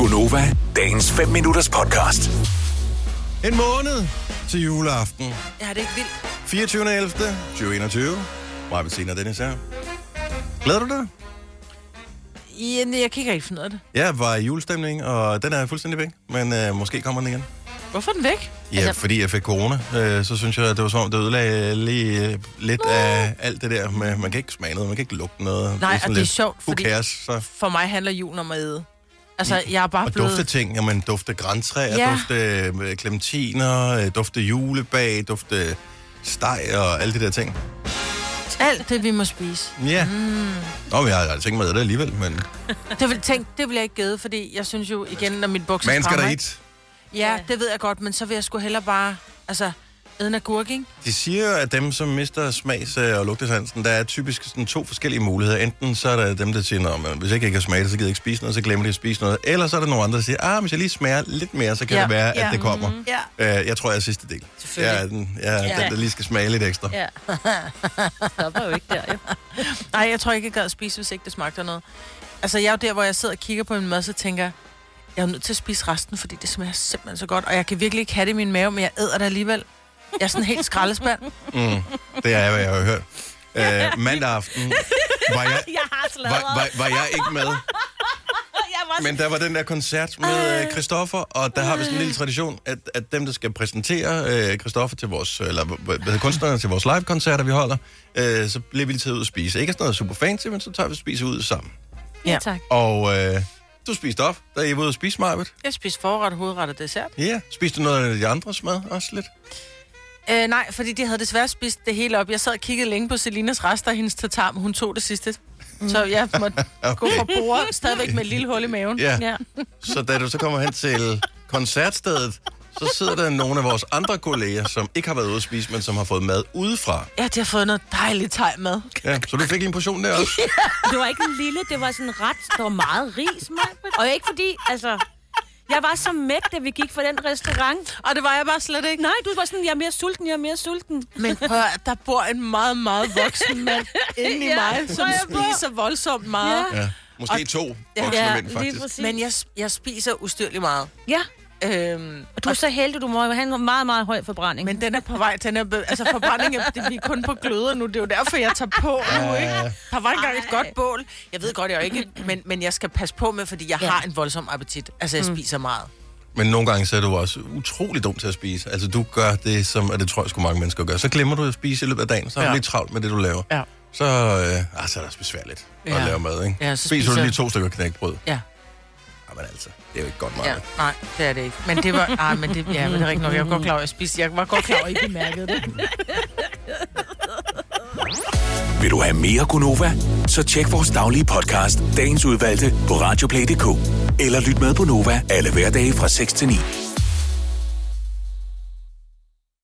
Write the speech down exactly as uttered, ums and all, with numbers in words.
Gunova, dagens fem minutters podcast. En måned til juleaften. Ja, det er ikke vildt. fireogtyvende ellevte tyve enogtyve. Mig vil sige, når Dennis er. Glæder du dig? Ja, jeg kan ikke rigtig finde ud af det. Jeg var i julestemning, og den er fuldstændig væk. Men øh, måske kommer den igen. Hvorfor er den væk? Ja, altså... fordi jeg fik corona. Øh, så synes jeg, at det var som om, det ødelagde lige øh, lidt Nå. af alt det der med, man kan ikke smage noget, man kan ikke lugte noget. Nej, det er og det er sjovt, fordi cares, så... for mig handler julen om at æde. Altså, jeg er bare og blevet... dufte ting, jamen dufte grantræer, ja. dufte clementiner, dufte julebag, dufte steg og alle de der ting. Alt det, vi må spise. Ja. Mm. Nå, men jeg har tænkt mig det alligevel, men... det vil, tænk, det vil jeg ikke gæde, fordi jeg synes jo igen, når mit bukser man skal der eat. Ja, det ved jeg godt, men så vil jeg sgu hellere bare... Altså, æde en agurk, ikke? De siger, at dem, som mister smags- og lugtesansen, der er typisk sådan to forskellige muligheder. Enten så er der dem, der siger, at hvis jeg ikke kan smage det, så gider jeg ikke spise noget, så glemmer de at spise noget. Eller så er der nogle andre, der siger, ah, hvis jeg lige smager lidt mere, så kan ja, det være, ja, at det kommer. Mm, ja. uh, jeg tror, jeg er sidste del. Jeg er den, jeg er ja. den, der lige skal smage lidt ekstra. Ja. Stopper jo ikke der, jo. Nej, jeg tror ikke, jeg gad at spise, hvis ikke det smagte noget. Altså, jeg er jo der, hvor jeg sidder og kigger på min mad, så tænker jeg, jeg er nødt til at spise resten, fordi det smager simpelthen så godt. Og jeg kan virkelig ikke have det i min mave, men jeg æder det alligevel. Jeg er sådan helt skraldespand. Mm, det er, hvad jeg har hørt. Øh, mandag aften var jeg, jeg har var, var, var jeg ikke med. Men der var den der koncert med Christoffer, og der har vi sådan en lille tradition, at, at dem, der skal præsentere øh, Christoffer til vores, eller hvad hedder kunstnerne til vores live-koncerter, vi holder, øh, så bliver vi taget ud og spise. Ikke sådan noget super fancy, men så tager vi og spiser ud sammen. Ja, tak. Og øh, du spiste op, da I var ude og spise, Majbet. Jeg spiste forret, hovedret og dessert. Ja, yeah. Spiste du noget af de andres mad også lidt? Øh, nej, fordi de havde desværre spist det hele op. Jeg sad og kiggede længe på Selinas rester af hendes tatar, men hun tog det sidste. Mm. Så jeg måtte okay. gå fra bordet, stadigvæk med et lille hul i maven. Ja. ja. Så da du så kommer hen til koncertstedet, så sidder der nogle af vores andre kolleger, som ikke har været ude at spise, men som har fået mad udefra. Ja, de har fået noget dejligt thai-mad. Ja, så du fik en portion der også? Ja. Det var ikke en lille, det var sådan ret, der var meget ris, Majbet. Og ikke fordi, altså... Jeg var så mæt, da vi gik fra den restaurant. Og det var jeg bare slet ikke. Nej, du var sådan, jeg er mere sulten, jeg er mere sulten. Men prøv, der bor en meget, meget voksen mand inde i ja, mig, som spiser voldsomt meget. Ja. Ja. Måske og, to voksne ja, mænd, faktisk. Men jeg, jeg spiser ustyrligt meget. Ja. Øhm, og du er så heldig, du må have en meget, meget høj forbrænding. Men den er på vej. Den er be- altså forbrænding, er, det, vi er kun på gløder nu. Det er jo derfor, jeg tager på nu, ikke? Der var engang et godt bål. Jeg ved godt, jeg ikke, men, men jeg skal passe på med, fordi jeg ja. har en voldsom appetit. Altså, jeg mm. spiser meget. Men nogle gange så er du også utrolig dum til at spise. Altså, du gør det, som, og det tror jeg sgu mange mennesker gør. Så glemmer du at spise i løbet af dagen, så er du ja. lidt travlt med det, du laver. Ja. Så, øh, ah, så er det også besværligt ja. at lave mad, ikke? Ja, så spiser, spiser du lige to stykker knækbrød. Ja. Men altså, det er jo ikke godt meget. Ja, nej, det er det ikke. Men det var, ah, men det, ja, men det er rigtig nok. Jeg var godt klar over, at jeg spiste. Jeg var godt klar over, at I bemærkede det. Vil du have mere Gunova? Så tjek vores daglige podcast, dagens udvalgte, på radioplay punktum d k. Eller lyt med på Nova alle hverdage fra seks til ni.